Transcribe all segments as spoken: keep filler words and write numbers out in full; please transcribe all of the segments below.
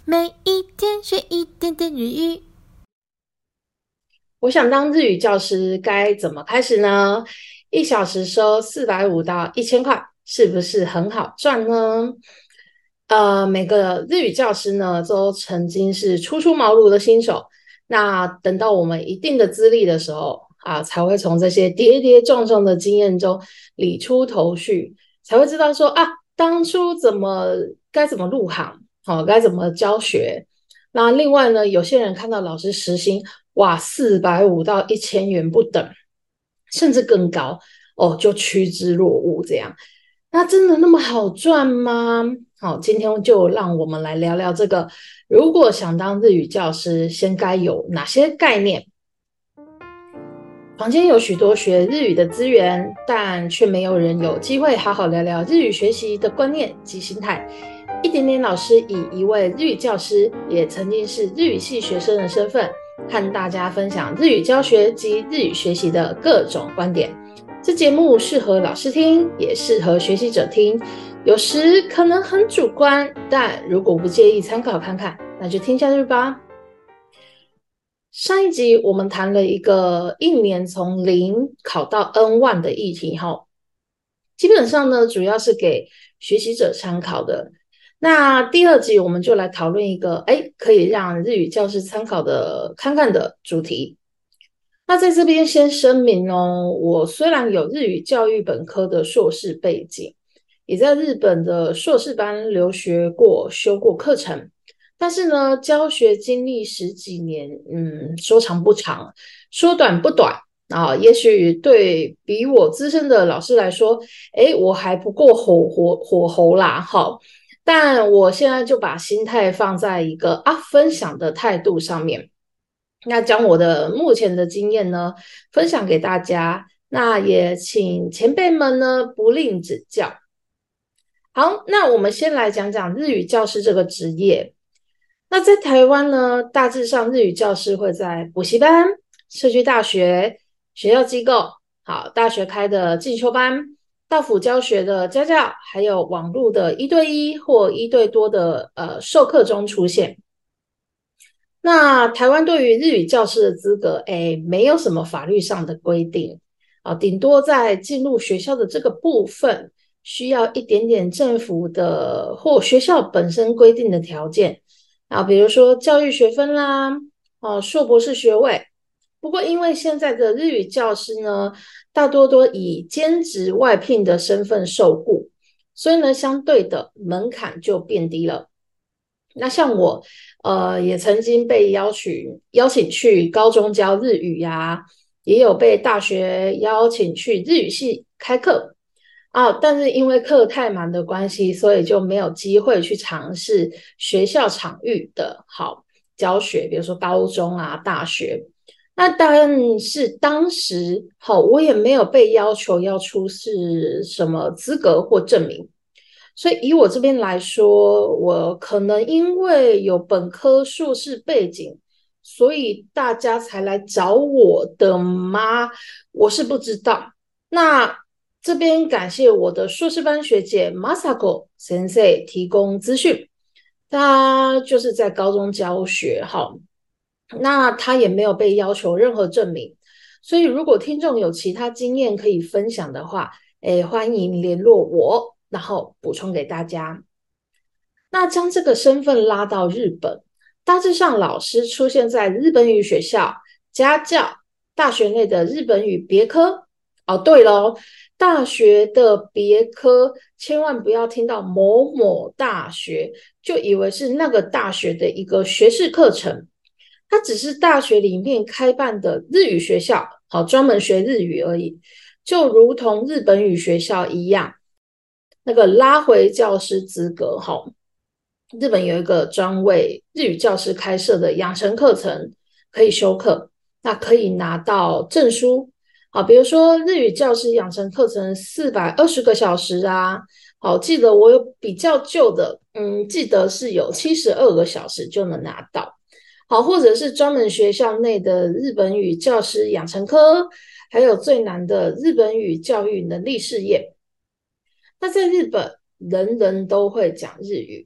每一天学一点点日语。 我想当日语教师该怎么开始呢？一小时收四百五到一千块，是不是很好赚呢？呃，每个日语教师呢，都曾经是初出茅庐的新手。那等到我们一定的资历的时候啊，才会从这些跌跌撞撞的经验中理出头绪，才会知道说啊，当初怎么该怎么入行，好、啊，该怎么教学。那另外呢，有些人看到老师时薪哇，四百五到一千元不等，甚至更高哦，就趋之若鹜这样。那真的那么好赚吗？好，今天就让我们来聊聊这个。如果想当日语教师，先该有哪些概念？房间有许多学日语的资源，但却没有人有机会好好聊聊日语学习的观念及心态。一点点老师以一位日语教师，也曾经是日语系学生的身份，和大家分享日语教学及日语学习的各种观点。这节目适合老师听，也适合学习者听。有时可能很主观，但如果不介意参考看看，那就听下去吧。上一集我们谈了一个一年从零考到 N 一 的议题，哈，基本上呢，主要是给学习者参考的。那第二集我们就来讨论一个，哎，可以让日语教师参考的看看的主题。那在这边先声明哦，我虽然有日语教育本科的硕士背景，也在日本的硕士班留学过，修过课程。但是呢，教学经历十几年，嗯，说长不长，说短不短啊。也许对比我资深的老师来说，诶，我还不够火火火候啦，哈。但我现在就把心态放在一个啊分享的态度上面，那将我的目前的经验呢分享给大家，那也请前辈们呢不吝指教。好，那我们先来讲讲日语教师这个职业。那在台湾呢，大致上日语教师会在补习班、社区大学、学校机构，好，大学开的进修班、到府教学的家教，还有网络的一对一或一对多的呃授课中出现。那台湾对于日语教师的资格，哎，没有什么法律上的规定啊，顶多在进入学校的这个部分，需要一点点政府的或学校本身规定的条件啊，比如说教育学分啦，哦、硕博士学位。不过，因为现在的日语教师呢，大多都以兼职外聘的身份受雇，所以呢，相对的门槛就变低了。那像我，呃，也曾经被邀请邀请去高中教日语呀、也有被大学邀请去日语系开课啊，但是因为课太忙的关系，所以就没有机会去尝试学校场域的好教学，比如说高中啊、大学。那但是当时好，我也没有被要求要出示什么资格或证明。所以以我这边来说，我可能因为有本科硕士背景，所以大家才来找我的吗？我是不知道。那这边感谢我的硕士班学姐 Masako 先生提供资讯，他就是在高中教学，好，那他也没有被要求任何证明。所以如果听众有其他经验可以分享的话，诶，欢迎联络我，然后补充给大家。那将这个身份拉到日本，大致上老师出现在日本语学校、家教、大学内的日本语别科。哦，对喽，大学的别科千万不要听到某某大学就以为是那个大学的一个学士课程，它只是大学里面开办的日语学校，好，专门学日语而已，就如同日本语学校一样。那个拉回教师资格，哈，日本有一个专为日语教师开设的养成课程，可以修课，那可以拿到证书。好，比如说日语教师养成课程四百二十个小时啊，好，记得我有比较旧的，嗯，记得是有七十二个小时就能拿到。好，或者是专门学校内的日本语教师养成科，还有最难的日本语教育能力试验。那在日本，人人都会讲日语。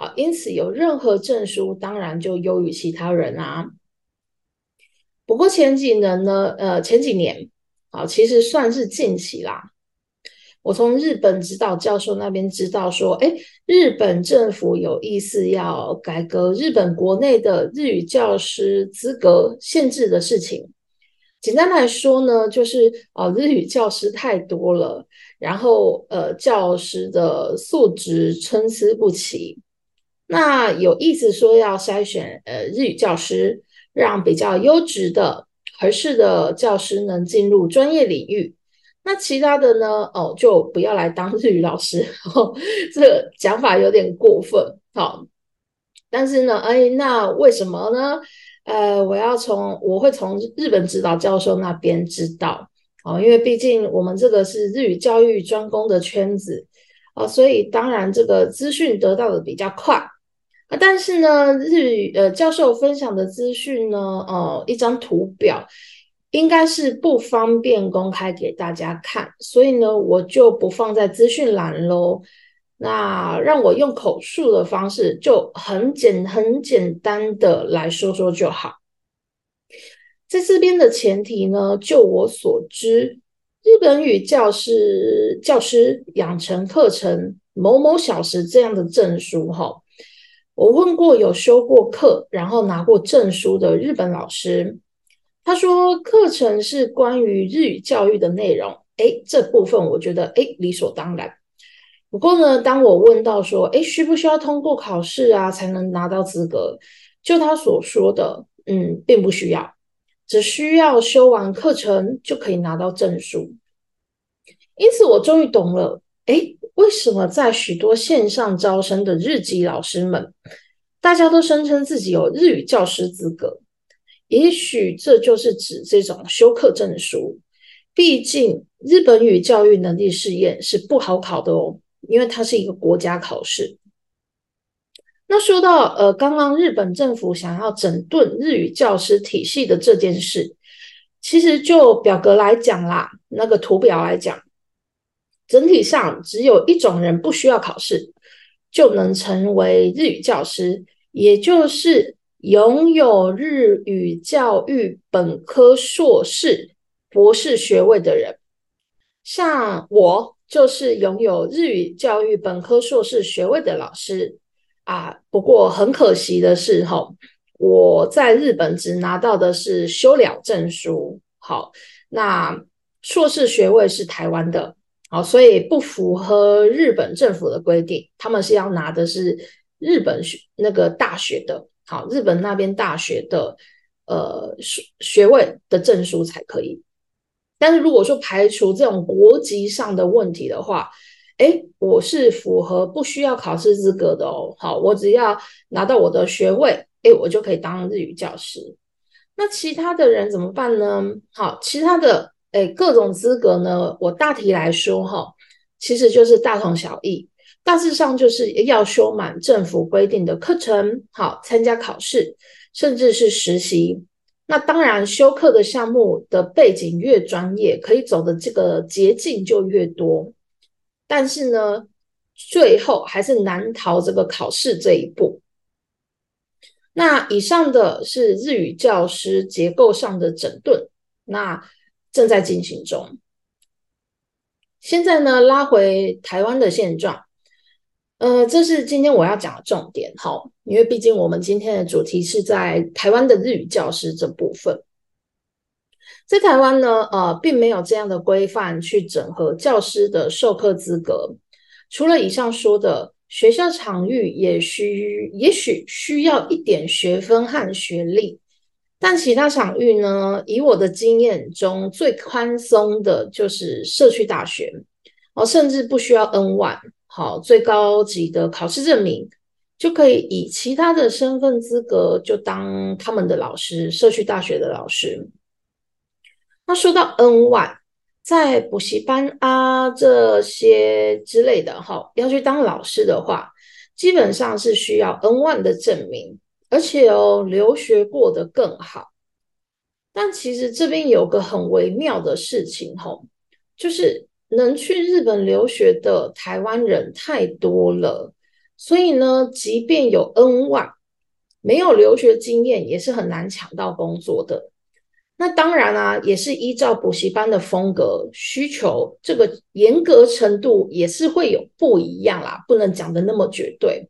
好，因此有任何证书当然就优于其他人啊。不过前几年呢，呃，前几年，好，其实算是近期啦。我从日本指导教授那边知道说，哎，日本政府有意思要改革日本国内的日语教师资格限制的事情。简单来说呢，就是呃，日语教师太多了，然后呃，教师的素质参差不齐。那有意思说要筛选呃日语教师，让比较优质的、合适的教师能进入专业领域。那其他的呢？哦，就不要来当日语老师，哦、这个讲法有点过分。好，但是呢，哎，那为什么呢？呃，我要从我会从日本指导教授那边知道，哦，因为毕竟我们这个是日语教育专攻的圈子，哦，所以当然这个资讯得到的比较快。啊，但是呢，日语呃教授分享的资讯呢，哦，一张图表应该是不方便公开给大家看，所以呢，我就不放在资讯栏喽。那让我用口述的方式，就很简很简单的来说说就好。在这边的前提呢，就我所知，日本语教师教师养成课程某某小时这样的证书，哈，我问过有修过课，然后拿过证书的日本老师，他说课程是关于日语教育的内容，诶，这部分我觉得诶理所当然。不过呢，当我问到说，诶，需不需要通过考试啊才能拿到资格？就他所说的，嗯，并不需要，只需要修完课程就可以拿到证书。因此，我终于懂了，诶，为什么在许多线上招生的日籍老师们，大家都声称自己有日语教师资格？也许这就是指这种修课证书。毕竟，日本语教育能力试验是不好考的哦，因为它是一个国家考试。那说到呃，刚刚日本政府想要整顿日语教师体系的这件事，其实就表格来讲啦，那个图表来讲，整体上只有一种人不需要考试就能成为日语教师，也就是拥有日语教育本科硕士、博士学位的人。像我就是拥有日语教育本科硕士学位的老师啊，不过很可惜的是，哈，我在日本只拿到的是修了证书，好，那硕士学位是台湾的，好，所以不符合日本政府的规定，他们是要拿的是日本学那个大学的，好，日本那边大学的呃学位的证书才可以。但是如果说排除这种国籍上的问题的话，诶，我是符合不需要考试资格的哦。好，我只要拿到我的学位，诶，我就可以当日语教师。那其他的人怎么办呢？好，其他的诶各种资格呢，我大体来说哈，其实就是大同小异。大致上就是要修满政府规定的课程，好，参加考试，甚至是实习。那当然，修课的项目的背景越专业，可以走的这个捷径就越多。但是呢，最后还是难逃这个考试这一步。那以上的是日语教师结构上的整顿，那正在进行中。现在呢，拉回台湾的现状，呃，这是今天我要讲的重点哈，因为毕竟我们今天的主题是在台湾的日语教师这部分。在台湾呢，呃，并没有这样的规范去整合教师的授课资格。除了以上说的，学校场域也需也许需要一点学分和学历，但其他场域呢，以我的经验中最宽松的就是社区大学，哦，甚至不需要 N 一，好，最高级的考试证明就可以以其他的身份资格就当他们的老师，社区大学的老师。那说到 N 一，在补习班啊这些之类的哈，要去当老师的话，基本上是需要 N 一 的证明，而且哦，留学过的更好。但其实这边有个很微妙的事情吼，就是能去日本留学的台湾人太多了， 所以呢，即便有 N 一，没有留学经验也是很难抢到工作的。那当然啊，也是依照补习班的风格需求，这个严格程度也是会有不一样啦，不能讲的那么绝对。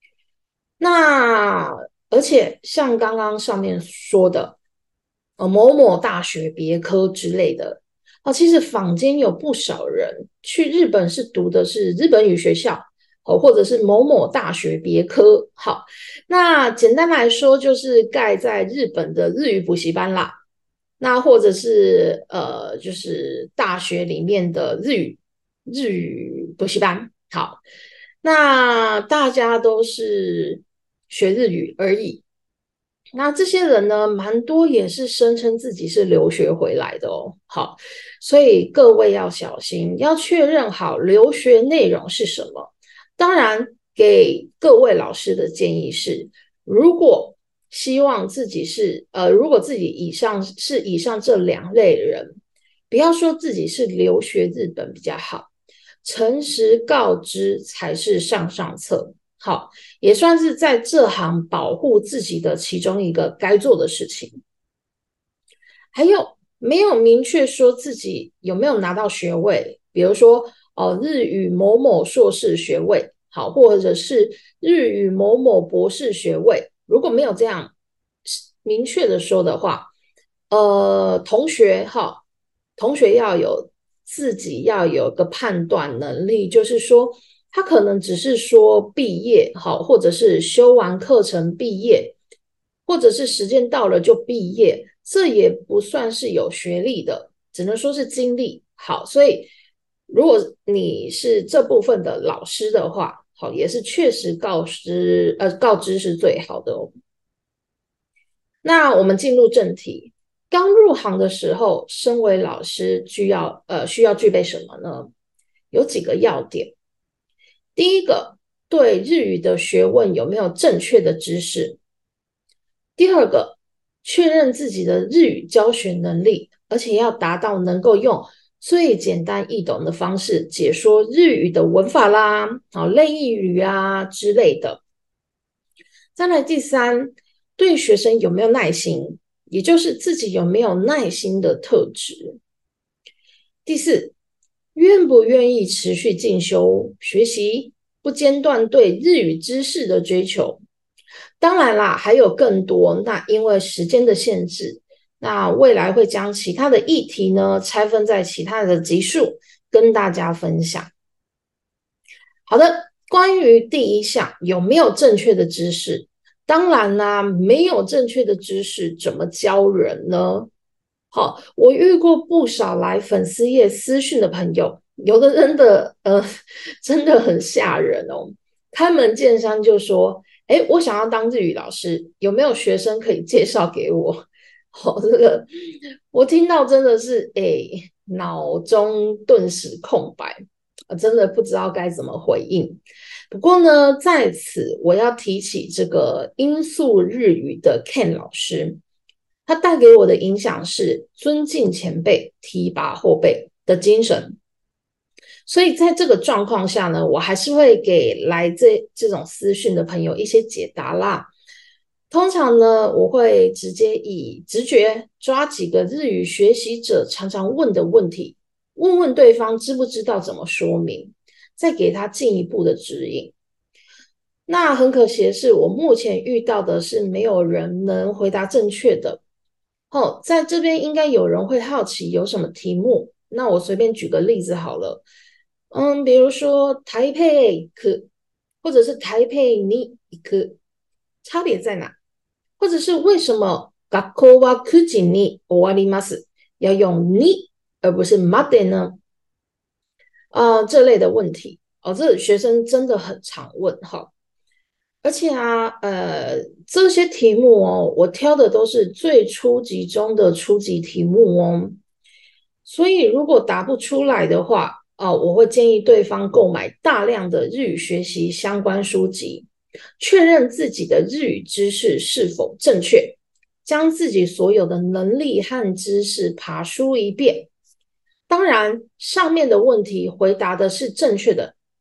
那而且像刚刚上面说的，呃，某某大学别科之类的，哦，其实坊间有不少人去日本是读的是日本语学校，哦，或者是某某大学别科。好，那简单来说就是盖在日本的日语补习班啦。那或者是呃，就是大学里面的日语日语补习班。好，那大家都是学日语而已。那这些人呢，蛮多也是声称自己是留学回来的哦。好，所以各位要小心，要确认好留学内容是什么。当然，给各位老师的建议是，如果希望自己是呃，如果自己以上是以上这两类人，不要说自己是留学日本比较好，诚实告知才是上上策。好，也算是在这行保护自己的其中一个该做的事情。还有没有明确说自己有没有拿到学位？比如说哦，日语某某硕士学位，好，或者是日语某某博士学位。如果没有这样明确的说的话，呃，同学哈，同学要有自己要有个判断能力，就是说他可能只是说毕业好，或者是修完课程毕业，或者是时间到了就毕业，这也不算是有学历的，只能说是经历。好，所以如果你是这部分的老师的话，好，也是确实告知呃告知是最好的哦。那我们进入正题，刚入行的时候，身为老师需要呃需要具备什么呢？有几个要点。第一个，对日语的学问有没有正确的知识？第二个，确认自己的日语教学能力，而且要达到能够用最简单易懂的方式解说日语的文法啦、啊类义语啊之类的。再来第三，对学生有没有耐心，也就是自己有没有耐心的特质。第四，愿不愿意持续进修学习，不间断对日语知识的追求。当然啦，还有更多，那因为时间的限制，那未来会将其他的议题呢拆分在其他的集数跟大家分享。好的，关于第一项有没有正确的知识？当然啦，没有正确的知识怎么教人呢？好，我遇过不少来粉丝页私讯的朋友，有的人的呃真的很吓人哦。开门见山就说：“哎，我想要当日语老师，有没有学生可以介绍给我？”好，这个我听到真的是哎，脑中顿时空白，真的不知道该怎么回应。不过呢，在此我要提起这个音速日语的 Ken 老师。他带给我的影响是尊敬前辈、提拔后辈的精神。所以在这个状况下呢，我还是会给来这这种私讯的朋友一些解答啦。通常呢，我会直接以直觉抓几个日语学习者常常问的问题，问问对方知不知道怎么说明，再给他进一步的指引。那很可惜的是，我目前遇到的是没有人能回答正确的。哦，在这边应该有人会好奇有什么题目，那我随便举个例子好了。嗯，比如说台北可，或者是台北你可，差别在哪？或者是为什么学校はくじに終わります要用你而不是まで呢？啊、呃，这类的问题哦，这学生真的很常问哈。而且啊，呃，这些题目哦，我挑的都是最初级中的初级题目哦。所以如果答不出来的话，啊、呃，我会建议对方购买大量的日语学习相关书籍，确认自己的日语知识是否正确，将自己所有的能力和知识爬梳一遍。当然，上面的问题回答的是正确的，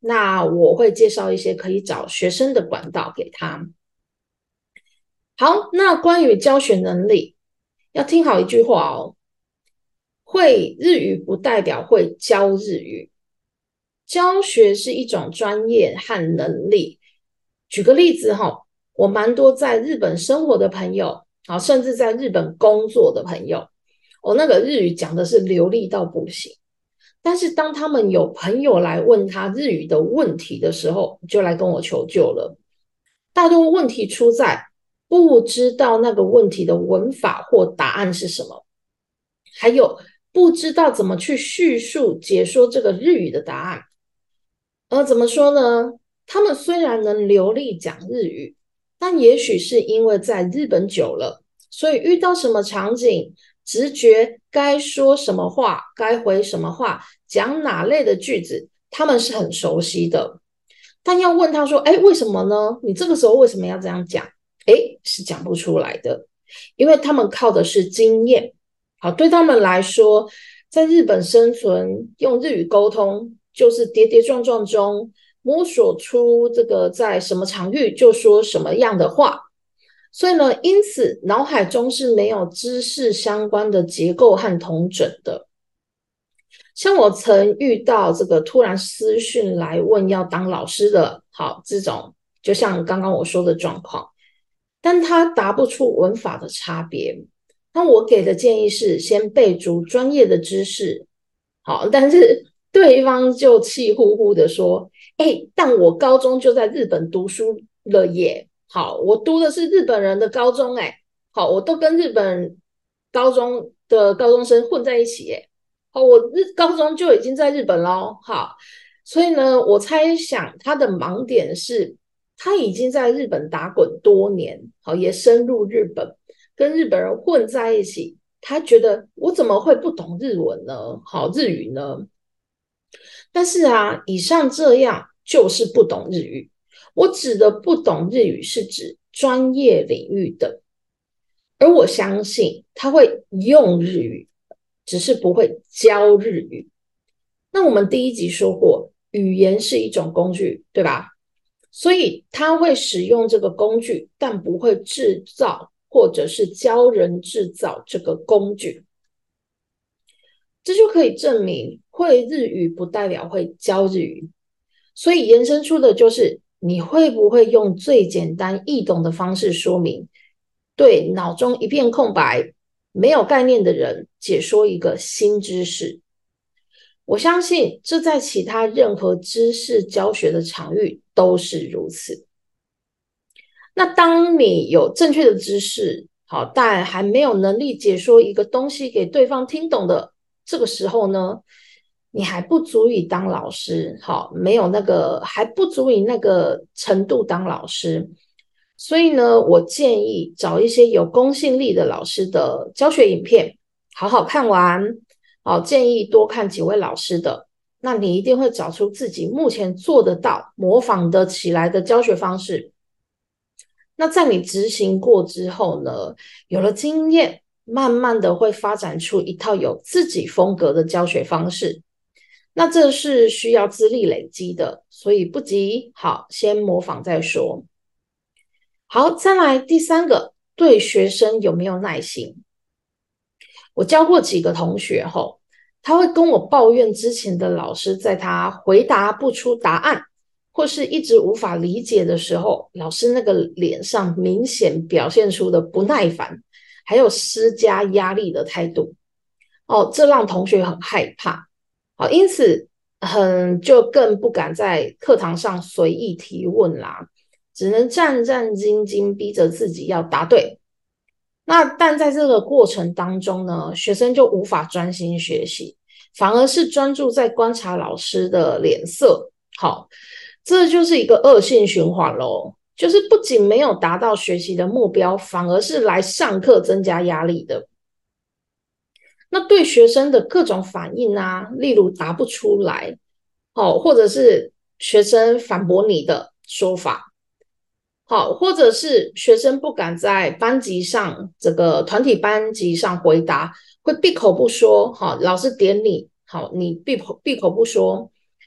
那我会介绍一些可以找学生的管道给他。好，那关于教学能力，要听好一句话哦，会日语不代表会教日语，教学是一种专业和能力。举个例子哈，我蛮多在日本生活的朋友，好，甚至在日本工作的朋友，我、哦、那个日语讲的是流利到不行。但是当他们有朋友来问他日语的问题的时候，就来跟我求救了。大多问题出在不知道那个问题的文法或答案是什么，还有不知道怎么去叙述解说这个日语的答案。而怎么说呢？他们虽然能流利讲日语，但也许是因为在日本久了，所以遇到什么场景，直觉该说什么话，该回什么话，讲哪类的句子，他们是很熟悉的。但要问他说，哎，为什么呢？你这个时候为什么要这样讲？哎，是讲不出来的，因为他们靠的是经验。好，对他们来说，在日本生存，用日语沟通，就是跌跌撞撞中摸索出这个在什么场域就说什么样的话。所以呢，因此脑海中是没有知识相关的结构和统整的。像我曾遇到这个突然私讯来问要当老师的，好，这种就像刚刚我说的状况，但他答不出文法的差别。那我给的建议是先备足专业的知识，好，但是对方就气呼呼的说，哎，但我高中就在日本读书了耶，好，我读的是日本人的高中，哎，好，我都跟日本高中的高中生混在一起耶，好，我日高中就已经在日本咯，好，所以呢，我猜想他的盲点是他已经在日本打滚多年，好，也深入日本，跟日本人混在一起，他觉得我怎么会不懂日文呢？好，日语呢？但是啊，以上这样就是不懂日语。我指的不懂日语是指专业领域的，而我相信他会用日语，只是不会教日语。那我们第一集说过，语言是一种工具，对吧？所以他会使用这个工具，但不会制造或者是教人制造这个工具。这就可以证明会日语不代表会教日语。所以延伸出的就是你会不会用最简单易懂的方式说明，对脑中一片空白没有概念的人解说一个新知识。我相信这在其他任何知识教学的场域都是如此。那当你有正确的知识，好，但还没有能力解说一个东西给对方听懂的这个时候呢，你还不足以当老师，好，没有那个还不足以那个程度当老师。所以呢，我建议找一些有公信力的老师的教学影片，好好看完。好，建议多看几位老师的，那你一定会找出自己目前做得到、模仿得起来的教学方式。那在你执行过之后呢，有了经验，慢慢的会发展出一套有自己风格的教学方式。那这是需要资历累积的，所以不急，好，先模仿再说。好，再来第三个，对学生有没有耐心？我教过几个同学后，他会跟我抱怨之前的老师在他回答不出答案，或是一直无法理解的时候，老师那个脸上明显表现出的不耐烦，还有施加压力的态度。哦，这让同学很害怕。好，因此很就更不敢在课堂上随意提问啦，只能战战兢兢逼着自己要答对。那但在这个过程当中呢，学生就无法专心学习，反而是专注在观察老师的脸色。好，这就是一个恶性循环咯，就是不仅没有达到学习的目标，反而是来上课增加压力的。那对学生的各种反应啊，例如答不出来，哦，或者是学生反驳你的说法，好，或者是学生不敢在班级上这个团体班级上回答，会闭口不说，好，老师点你，好，你闭口闭口不说，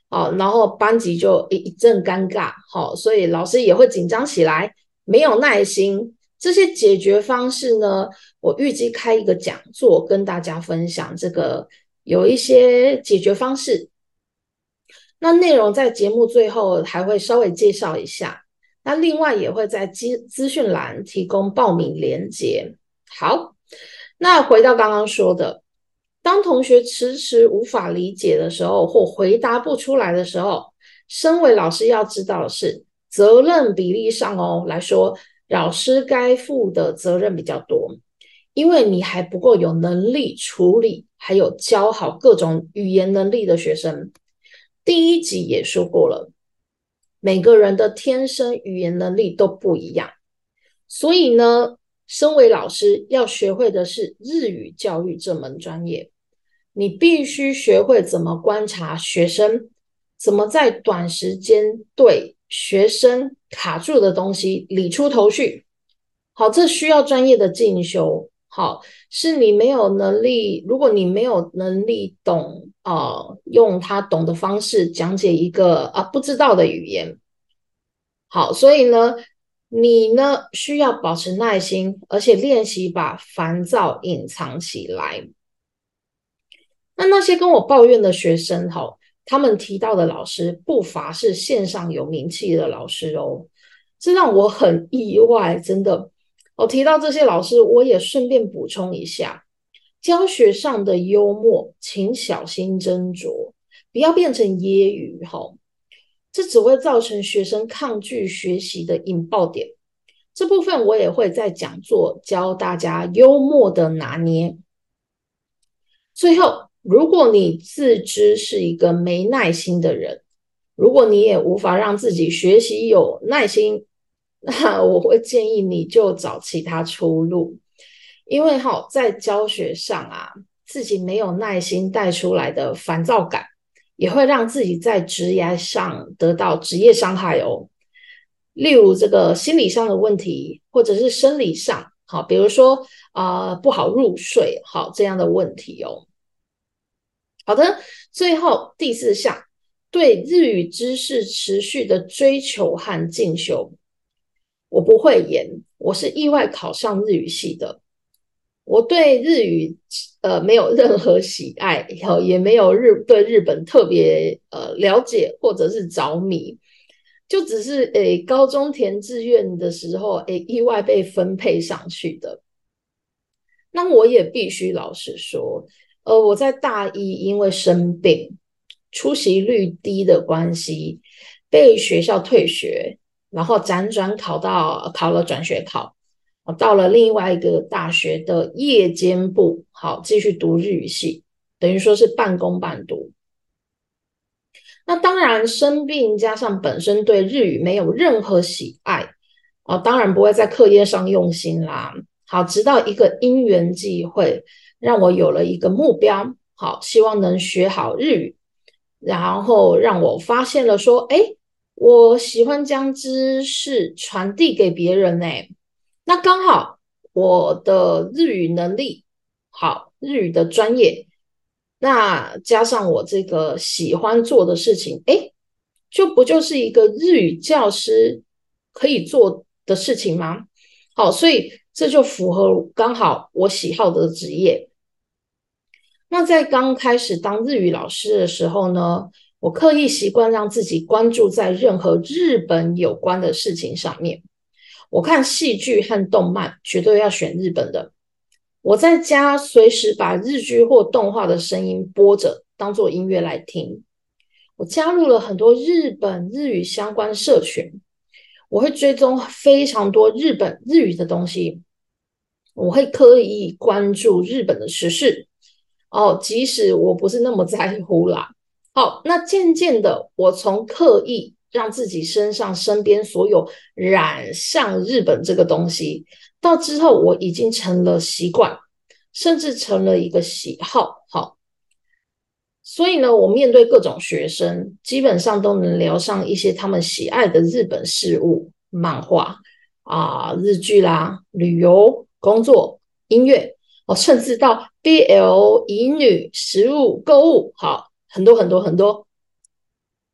好，然后班级就一一阵尴尬，好，所以老师也会紧张起来，没有耐心。这些解决方式呢，我预计开一个讲座跟大家分享，这个有一些解决方式。那内容在节目最后还会稍微介绍一下，那另外也会在资资讯栏提供报名连结。好，那回到刚刚说的，当同学迟迟无法理解的时候，或回答不出来的时候，身为老师要知道的是，责任比例上哦来说，老师该负的责任比较多，因为你还不够有能力处理，还有教好各种语言能力的学生。第一集也说过了，每个人的天生语言能力都不一样，所以呢，身为老师要学会的是日语教育这门专业。你必须学会怎么观察学生，怎么在短时间对学生卡住的东西理出头绪。好，这需要专业的进修。好，是你没有能力，如果你没有能力懂，呃，用他懂的方式讲解一个啊不知道的语言。好，所以呢，你呢需要保持耐心，而且练习把烦躁隐藏起来。那那些跟我抱怨的学生哈，他们提到的老师不乏是线上有名气的老师哦，这让我很意外，真的。我提到这些老师，我也顺便补充一下，教学上的幽默，请小心斟酌，不要变成揶揄哈，这只会造成学生抗拒学习的引爆点。这部分我也会在讲座教大家幽默的拿捏。最后，如果你自知是一个没耐心的人，如果你也无法让自己学习有耐心，那我会建议你就找其他出路。因为哈，在教学上啊，自己没有耐心带出来的烦躁感，也会让自己在职业上得到职业伤害哦。例如这个心理上的问题，或者是生理上，好，比如说啊、呃、不好入睡，好这样的问题哦。好的，最后第四项，对日语知识持续的追求和进修。我不会演，我是意外考上日语系的。我对日语呃没有任何喜爱，也没有日对日本特别呃了解或者是着迷，就只是诶高中填志愿的时候诶意外被分配上去的。那我也必须老实说，呃，我在大一因为生病，出席率低的关系，被学校退学，然后辗转考到考了转学考，到了另外一个大学的夜间部，好，继续读日语系，等于说是半工半读。那当然，生病加上本身对日语没有任何喜爱，哦，当然不会在课业上用心啦。好，直到一个因缘际会，让我有了一个目标，好，希望能学好日语，然后让我发现了说，诶，我喜欢将知识传递给别人呢。那刚好我的日语能力好，日语的专业，那加上我这个喜欢做的事情，诶，就不就是一个日语教师可以做的事情吗？好，所以这就符合刚好我喜好的职业。那在刚开始当日语老师的时候呢，我刻意习惯让自己关注在任何日本有关的事情上面。我看戏剧和动漫，绝对要选日本的。我在家随时把日剧或动画的声音播着，当做音乐来听。我加入了很多日本日语相关社群，我会追踪非常多日本日语的东西，我会刻意关注日本的时事。哦，即使我不是那么在乎啦。好，那渐渐的，我从刻意让自己身上身边所有染上日本这个东西，到之后我已经成了习惯，甚至成了一个喜好。好，所以呢，我面对各种学生，基本上都能聊上一些他们喜爱的日本事物、漫画啊、日剧啦、旅游、工作、音乐，哦，甚至到 B L、乙女、食物、购物，好，很多很多很多。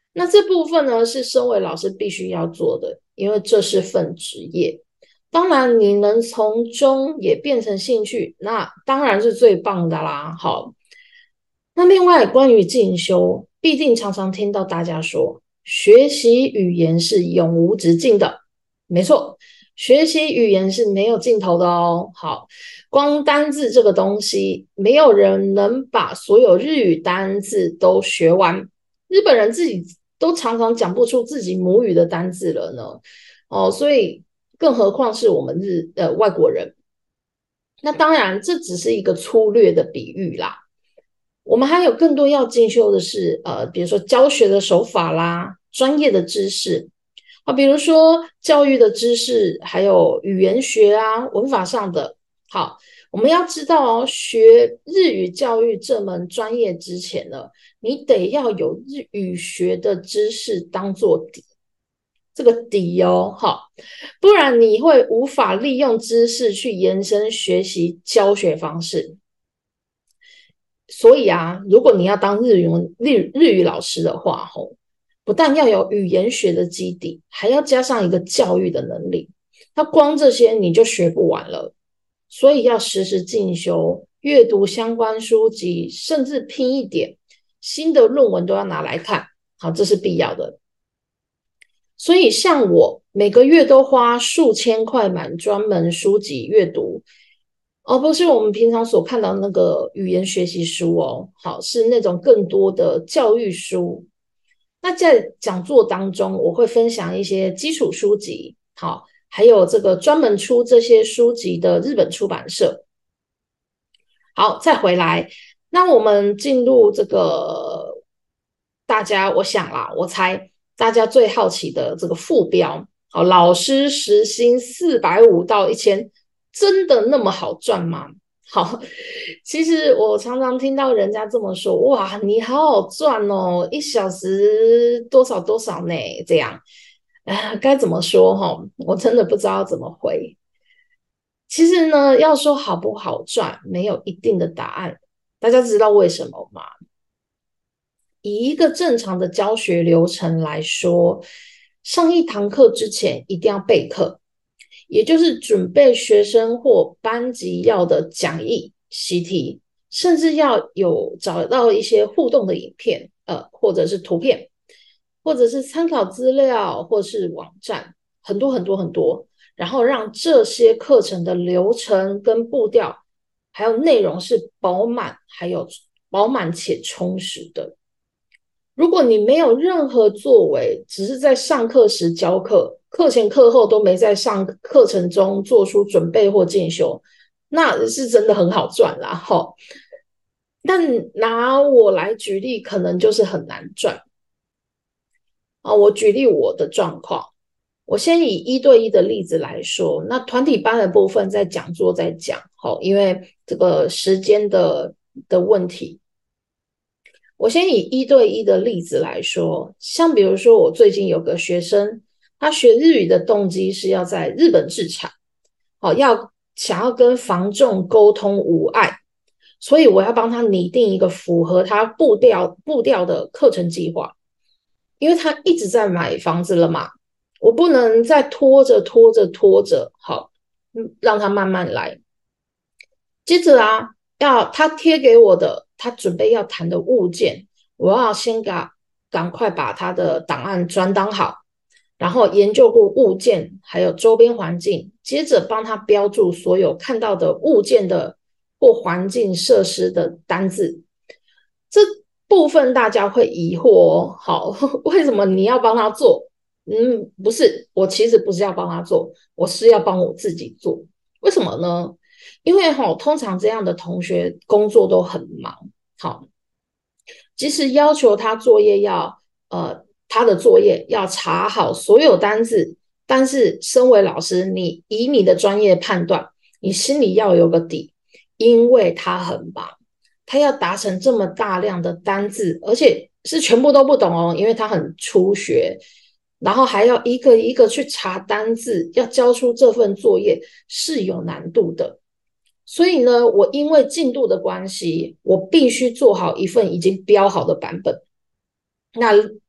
那这部分呢，是身为老师必须要做的，因为这是份职业。当然，你能从中也变成兴趣，那当然是最棒的啦。好，那另外关于进修，必定常常听到大家说，学习语言是永无止境的。没错，学习语言是没有尽头的哦。好，光单字这个东西，没有人能把所有日语单字都学完。日本人自己都常常讲不出自己母语的单字了呢。哦，所以更何况是我们日呃外国人。那当然，这只是一个粗略的比喻啦。我们还有更多要进修的是，呃，比如说教学的手法啦，专业的知识啊，比如说教育的知识，还有语言学啊，文法上的。好，我们要知道哦，学日语教育这门专业之前呢，你得要有日语学的知识当做底，这个底哦，好，不然你会无法利用知识去延伸学习教学方式。所以啊，如果你要当日语日日语老师的话，吼，不但要有语言学的基底，还要加上一个教育的能力。那光这些你就学不完了，所以要时时进修，阅读相关书籍，甚至拼一点新的论文都要拿来看。好，这是必要的。所以像我每个月都花数千块买专门书籍阅读，而不是我们平常所看到的那个语言学习书哦，好，是那种更多的教育书。那在讲座当中，我会分享一些基础书籍，好，还有这个专门出这些书籍的日本出版社。好，再回来，那我们进入这个大家，我想啦，我猜大家最好奇的这个副标，好，老师时薪四百五到一千，真的那么好赚吗？好，其实我常常听到人家这么说，哇，你好好赚哦，一小时多少多少呢？这样，啊，该怎么说哈？我真的不知道怎么回。其实呢，要说好不好赚，没有一定的答案。大家知道为什么吗？以一个正常的教学流程来说，上一堂课之前一定要备课，也就是准备学生或班级要的讲义、习题，甚至要有找到一些互动的影片，呃，或者是图片，或者是参考资料，或是网站，很多很多很多。然后让这些课程的流程跟步调，还有内容是饱满，还有饱满且充实的。如果你没有任何作为，只是在上课时教课，课前课后都没在上课程中做出准备或进修，那是真的很好赚啦，吼。但拿我来举例，可能就是很难赚啊。我举例我的状况，我先以一对一的例子来说，那团体班的部分在讲座在讲，好，因为这个时间的的问题，我先以一对一的例子来说，像比如说我最近有个学生，他学日语的动机是要在日本置产，好，要想要跟房仲沟通无碍，所以我要帮他拟定一个符合他步调步调的课程计划，因为他一直在买房子了嘛，我不能再拖着拖着拖着，好，让他慢慢来。接着啊，要他贴给我的，他准备要谈的物件，我要先赶赶快把他的档案转档好，然后研究过物件还有周边环境，接着帮他标注所有看到的物件的或环境设施的单字。这部分大家会疑惑哦，好，为什么你要帮他做？嗯，不是，我其实不是要帮他做，我是要帮我自己做。为什么呢？因为哈，通常这样的同学工作都很忙，好，即使要求他作业要呃他的作业要查好所有单字，但是身为老师，你以你的专业判断，你心里要有个底，因为他很忙，他要达成这么大量的单字，而且是全部都不懂哦，因为他很初学，然后还要一个一个去查单字，要交出这份作业是有难度的。所以呢，我因为进度的关系，我必须做好一份已经标好的版本。那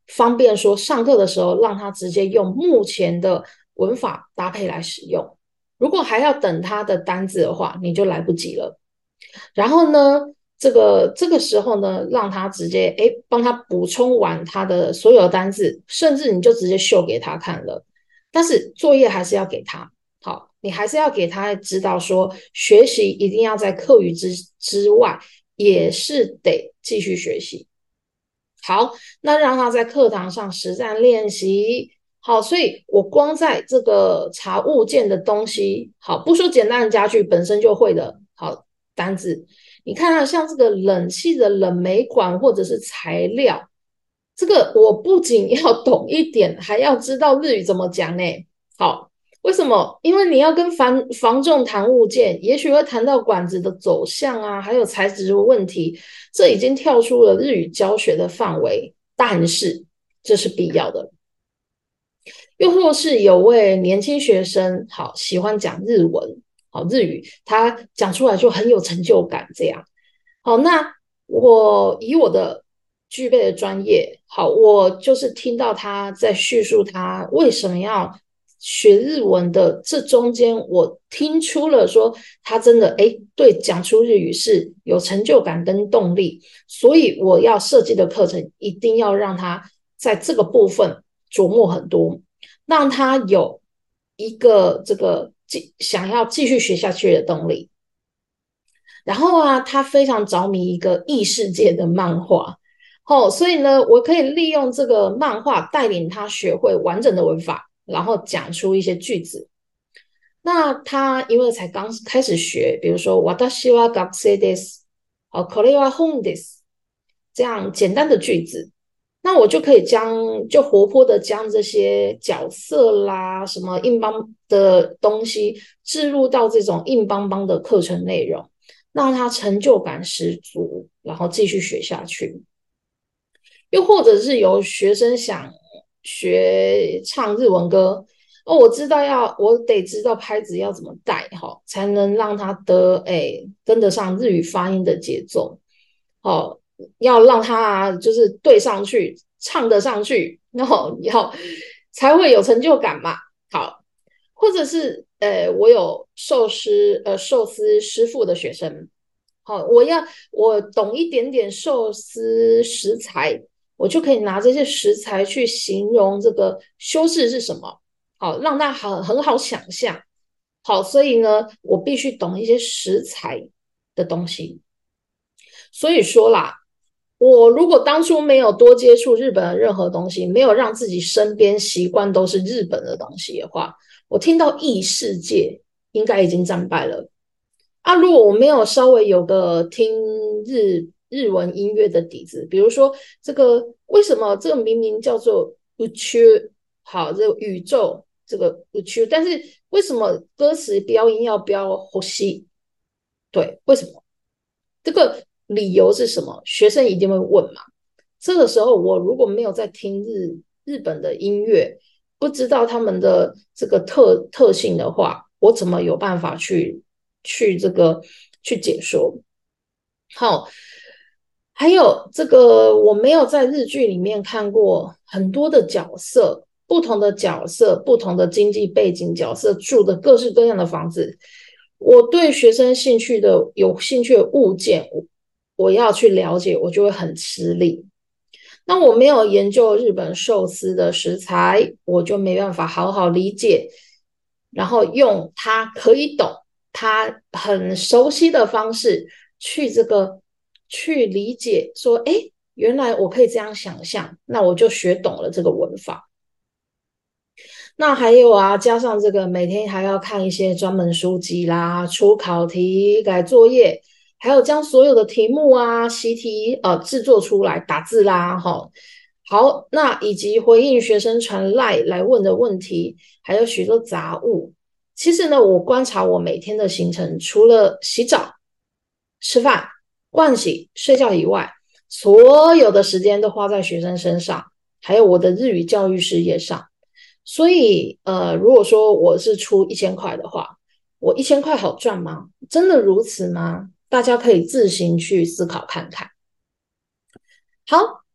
方便说上课的时候让他直接用目前的文法搭配来使用。如果还要等他的单字的话，你就来不及了。然后呢，这个这个时候呢，让他直接诶帮他补充完他的所有的单字，甚至你就直接秀给他看了。但是作业还是要给他，好，你还是要给他知道说，学习一定要在课余之之外，也是得继续学习。好，那让他在课堂上实战练习。好，所以我光在这个查物件的东西，好，不说简单的家具本身就会的，好单字，你看啊，像这个冷气的冷媒管或者是材料，这个我不仅要懂一点，还要知道日语怎么讲呢？好，为什么？因为你要跟房房仲谈物件，也许会谈到管子的走向啊，还有材质的问题，这已经跳出了日语教学的范围，但是这是必要的。又或是有位年轻学生，好喜欢讲日文，好日语，他讲出来就很有成就感，这样。好，那我以我的具备的专业，好，我就是听到他在叙述他为什么要学日文的这中间，我听出了说他真的诶对讲出日语是有成就感跟动力，所以我要设计的课程一定要让他在这个部分琢磨很多。让他有一个这个想要继续学下去的动力。然后啊，他非常着迷一个异世界的漫画，哦，所以呢，我可以利用这个漫画带领他学会完整的文法，然后讲出一些句子。那他因为才刚开始学，比如说私は学生です，好，これは本です，这样简单的句子。那我就可以将就活泼的将这些角色啦，什么硬邦的东西置入到这种硬邦邦的课程内容，让他成就感十足，然后继续学下去。又或者是有学生想学唱日文歌，哦，我知道要我得知道拍子要怎么带哈，才能让他得哎跟得上日语发音的节奏，哦。要让他就是对上去，唱得上去，然后要才会有成就感嘛。好，或者是呃，我有寿司呃寿司师傅的学生，好，我要我懂一点点寿司食材，我就可以拿这些食材去形容这个修饰是什么，好，让他很很好想象。好，所以呢，我必须懂一些食材的东西。所以说啦，我如果当初没有多接触日本的任何东西，没有让自己身边习惯都是日本的东西的话，我听到异世界应该已经战败了。啊，如果我没有稍微有个听日日文音乐的底子，比如说这个为什么这个明明叫做宇宙，好，这个宇宙这个宇宙，但是为什么歌词标音要标呼吸？对，为什么？这个理由是什么？学生一定会问嘛。这个时候，我如果没有在听日日本的音乐，不知道他们的这个特特性的话，我怎么有办法去去这个去解说？好，还有这个我没有在日剧里面看过很多的角色，不同的角色，不同的经济背景角色住的各式各样的房子。我对学生兴趣的有兴趣的物件，我我要去了解，我就会很吃力。那我没有研究日本寿司的食材，我就没办法好好理解，然后用他可以懂、他很熟悉的方式去这个去理解，说，哎，原来我可以这样想象，那我就学懂了这个文法。那还有啊，加上这个每天还要看一些专门书籍啦，出考题、改作业，还有将所有的题目啊、习题呃制作出来，打字啦，哈。好，那以及回应学生传赖来问的问题，还有许多杂物。其实呢，我观察我每天的行程，除了洗澡、吃饭、盥洗、睡觉以外，所有的时间都花在学生身上，还有我的日语教育事业上。所以，呃，如果说我是出一千块的话，我一千块好赚吗？真的如此吗？大家可以自行去思考看看。好，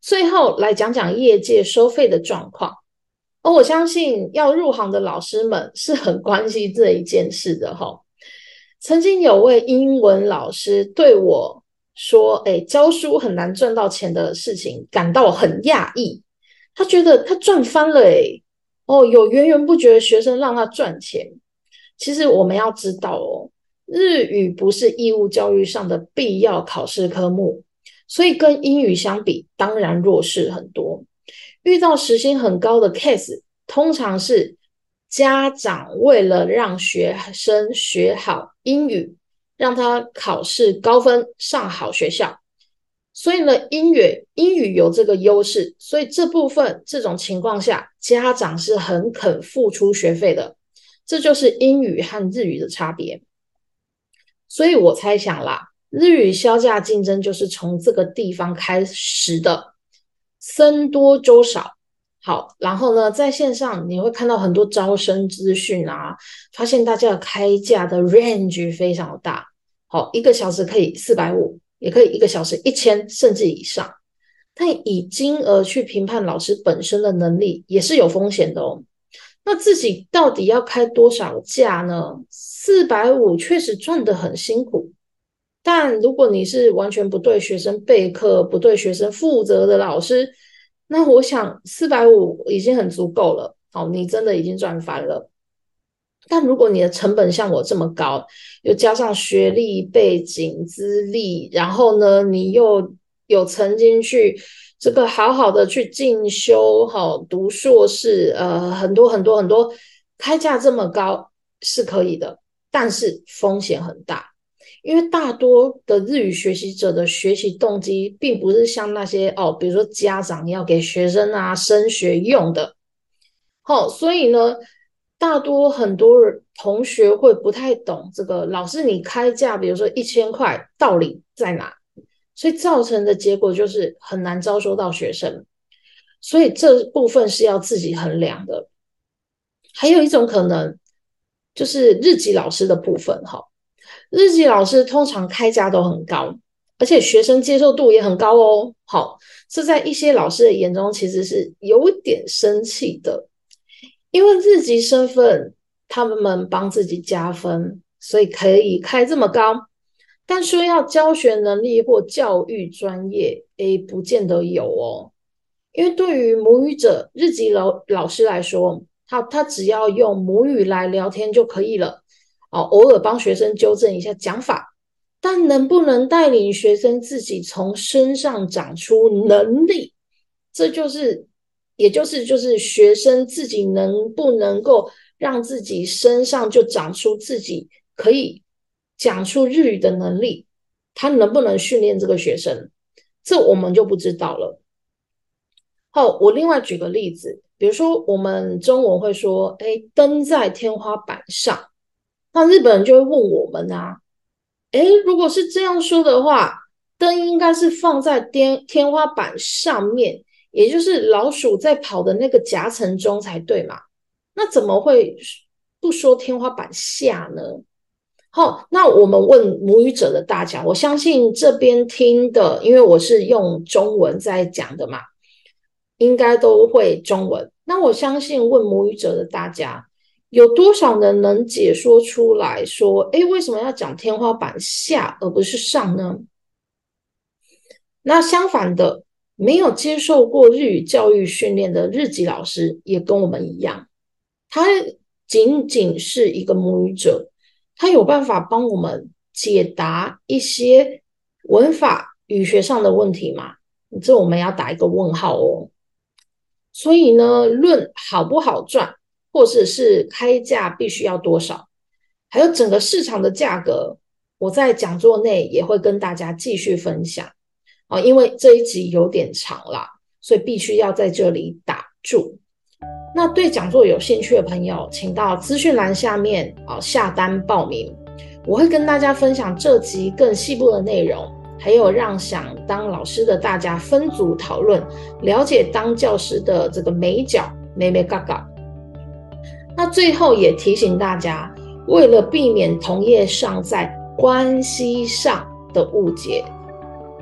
最后来讲讲业界收费的状况。而我相信要入行的老师们是很关心这一件事的齁。曾经有位英文老师对我说，诶，教书很难赚到钱的事情感到很讶异。他觉得他赚翻了诶，哦，有源源不绝的学生让他赚钱。其实我们要知道哦，日语不是义务教育上的必要考试科目，所以跟英语相比，当然弱势很多。遇到时薪很高的 case， 通常是家长为了让学生学好英语，让他考试高分上好学校。所以呢，英语英语有这个优势，所以这部分这种情况下，家长是很肯付出学费的。这就是英语和日语的差别。所以我猜想啦，日语销价竞争就是从这个地方开始的。僧多粥少，好，然后呢，在线上你会看到很多招生资讯啊，发现大家的开价的 range 非常大，好，一个小时可以四百五十，也可以一个小时一千甚至以上。但以金额去评判老师本身的能力也是有风险的哦。那自己到底要开多少价呢？四百五十确实赚得很辛苦。但如果你是完全不对学生备课、不对学生负责的老师，那我想四百五十已经很足够了。好，你真的已经赚翻了。但如果你的成本像我这么高，又加上学历、背景、资历，然后呢，你又有曾经去这个好好的去进修，好读硕士，呃，很多很多很多，开价这么高是可以的，但是风险很大。因为大多的日语学习者的学习动机并不是像那些哦，比如说家长要给学生啊升学用的，好、哦，所以呢，大多很多同学会不太懂这个老师你开价，比如说一千块，道理在哪？所以造成的结果就是很难招收到学生，所以这部分是要自己衡量的。还有一种可能就是日籍老师的部分哈。日籍老师通常开价都很高，而且学生接受度也很高哦。好，这在一些老师的眼中其实是有点生气的，因为日籍身份他们帮自己加分，所以可以开这么高。但说要教学能力或教育专业，诶，不见得有哦。因为对于母语者日籍老老师来说，他他只要用母语来聊天就可以了。哦，偶尔帮学生纠正一下讲法，但能不能带领学生自己从身上长出能力，这就是也就是就是学生自己能不能够让自己身上就长出自己可以讲出日语的能力，他能不能训练这个学生，这我们就不知道了。好，我另外举个例子，比如说我们中文会说，诶，灯在天花板上，那日本人就会问我们啊，诶，如果是这样说的话，灯应该是放在天天花板上面，也就是老鼠在跑的那个夹层中才对嘛？那怎么会不说天花板下呢？好，那我们问母语者的大家，我相信这边听的，因为我是用中文在讲的嘛，应该都会中文。那我相信问母语者的大家，有多少人能解说出来说，诶，为什么要讲天花板下而不是上呢？那相反的，没有接受过日语教育训练的日籍老师也跟我们一样，他仅仅是一个母语者，他有办法帮我们解答一些文法语学上的问题吗？这我们要打一个问号哦。所以呢，论好不好赚，或者是开价必须要多少，还有整个市场的价格，我在讲座内也会跟大家继续分享啊，因为这一集有点长啦，所以必须要在这里打住。那对讲座有兴趣的朋友，请到资讯栏下面啊下单报名，我会跟大家分享这集更细部的内容。还有让想当老师的大家分组讨论，了解当教师的这个眉角眉眉角角。那最后也提醒大家，为了避免同业上在关系上的误解，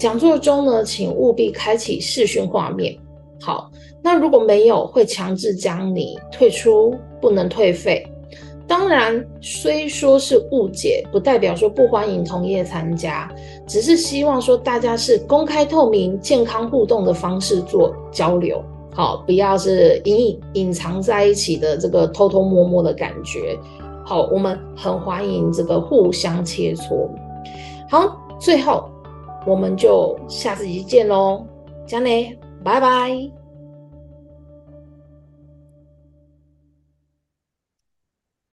讲座中呢，请务必开启视讯画面。好，那如果没有，会强制将你退出，不能退费。当然，虽说是误解，不代表说不欢迎同业参加，只是希望说大家是公开透明、健康互动的方式做交流。好，不要是隐隐藏在一起的这个偷偷摸摸的感觉。好，我们很欢迎这个互相切磋。好，最后我们就下次集见咯，这样呢，拜拜。